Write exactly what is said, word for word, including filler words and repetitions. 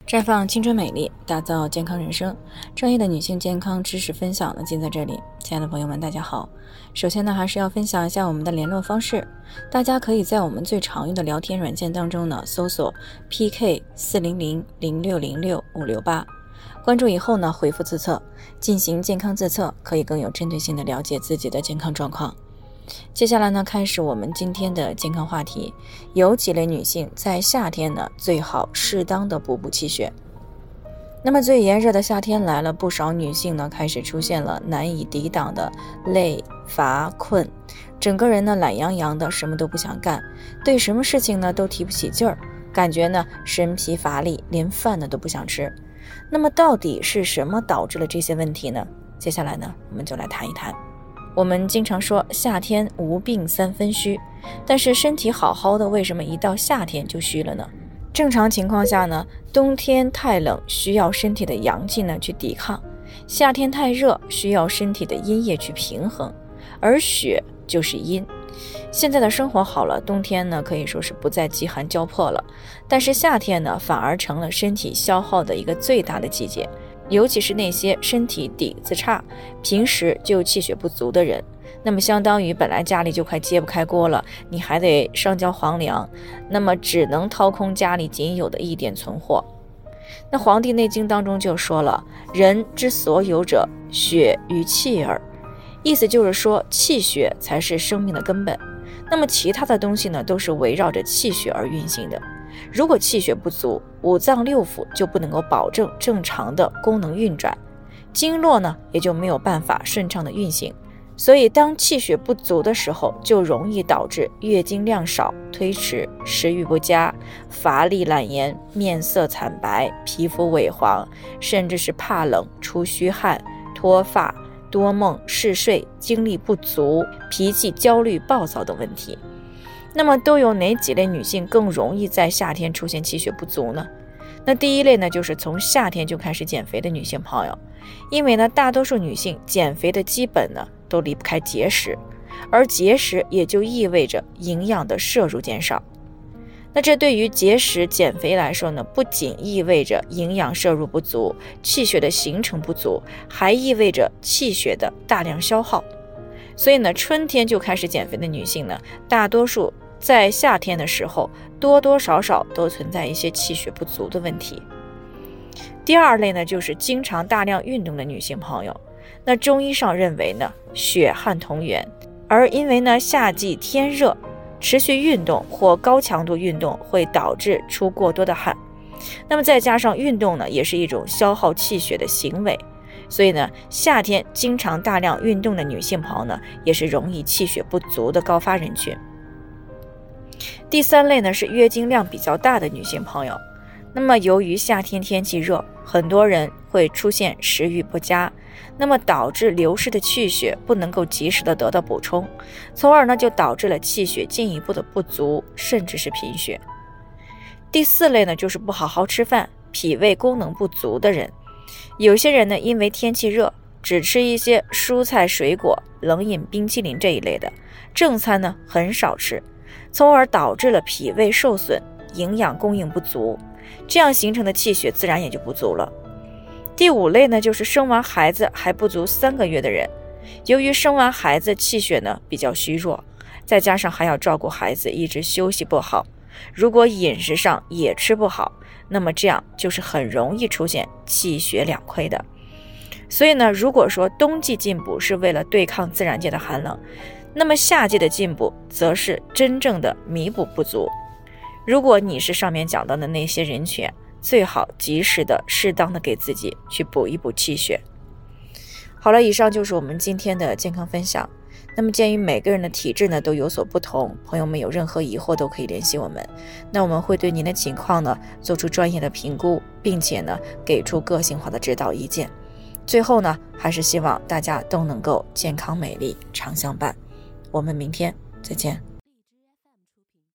绽放青春美丽，打造健康人生。专业的女性健康知识分享呢，尽在这里。亲爱的朋友们，大家好。首先呢，还是要分享一下我们的联络方式。大家可以在我们最常用的聊天软件当中呢，搜索 P K 四零零零六零六五六八，关注以后呢，回复自测，进行健康自测，可以更有针对性的了解自己的健康状况。接下来呢，开始我们今天的健康话题。有几类女性在夏天呢，最好适当的补补气血。那么最炎热的夏天来了，不少女性呢开始出现了难以抵挡的累、乏、困，整个人呢懒洋洋的，什么都不想干，对什么事情呢都提不起劲儿，感觉呢身疲乏力，连饭呢都不想吃。那么到底是什么导致了这些问题呢？接下来呢，我们就来谈一谈。我们经常说夏天无病三分虚，但是身体好好的，为什么一到夏天就虚了呢？正常情况下呢，冬天太冷需要身体的阳气呢去抵抗，夏天太热需要身体的阴液去平衡，而血就是阴。现在的生活好了，冬天呢可以说是不再饥寒交迫了，但是夏天呢反而成了身体消耗的一个最大的季节。尤其是那些身体底子差，平时就气血不足的人，那么相当于本来家里就快揭不开锅了，你还得上交皇粮，那么只能掏空家里仅有的一点存货。那《黄帝内经》当中就说了，人之所有者，血与气耳，意思就是说气血才是生命的根本，那么其他的东西呢，都是围绕着气血而运行的。如果气血不足，五脏六腑就不能够保证正常的功能运转，经络呢也就没有办法顺畅的运行。所以当气血不足的时候，就容易导致月经量少、推迟、食欲不佳、乏力懒言、面色惨白、皮肤萎黄，甚至是怕冷、出虚汗、脱发、多梦、嗜睡、精力不足、脾气焦虑暴躁等问题。那么都有哪几类女性更容易在夏天出现气血不足呢？那第一类呢，就是从夏天就开始减肥的女性朋友，因为呢，大多数女性减肥的基本呢都离不开节食，而节食也就意味着营养的摄入减少。那这对于节食减肥来说呢，不仅意味着营养摄入不足，气血的形成不足，还意味着气血的大量消耗。所以呢，春天就开始减肥的女性呢，大多数在夏天的时候多多少少都存在一些气血不足的问题。第二类呢，就是经常大量运动的女性朋友。那中医上认为呢，血汗同源，而因为呢夏季天热，持续运动或高强度运动会导致出过多的汗，那么再加上运动呢也是一种消耗气血的行为，所以呢夏天经常大量运动的女性朋友呢，也是容易气血不足的高发人群。第三类呢，是月经量比较大的女性朋友。那么由于夏天天气热，很多人会出现食欲不佳，那么导致流失的气血不能够及时的得到补充，从而呢就导致了气血进一步的不足，甚至是贫血。第四类呢，就是不好好吃饭，脾胃功能不足的人。有些人呢，因为天气热，只吃一些蔬菜水果、冷饮冰淇淋这一类的，正餐呢很少吃，从而导致了脾胃受损，营养供应不足，这样形成的气血自然也就不足了。第五类呢，就是生完孩子还不足三个月的人，由于生完孩子气血呢比较虚弱，再加上还要照顾孩子，一直休息不好，如果饮食上也吃不好，那么这样就是很容易出现气血两亏的。所以呢，如果说冬季进补是为了对抗自然界的寒冷，那么夏季的进补则是真正的弥补不足。如果你是上面讲到的那些人群，最好及时的适当的给自己去补一补气血。好了，以上就是我们今天的健康分享。那么鉴于每个人的体质呢都有所不同，朋友们有任何疑惑都可以联系我们，那我们会对您的情况呢做出专业的评估，并且呢给出个性化的指导意见。最后呢，还是希望大家都能够健康美丽常相伴。我们明天再见。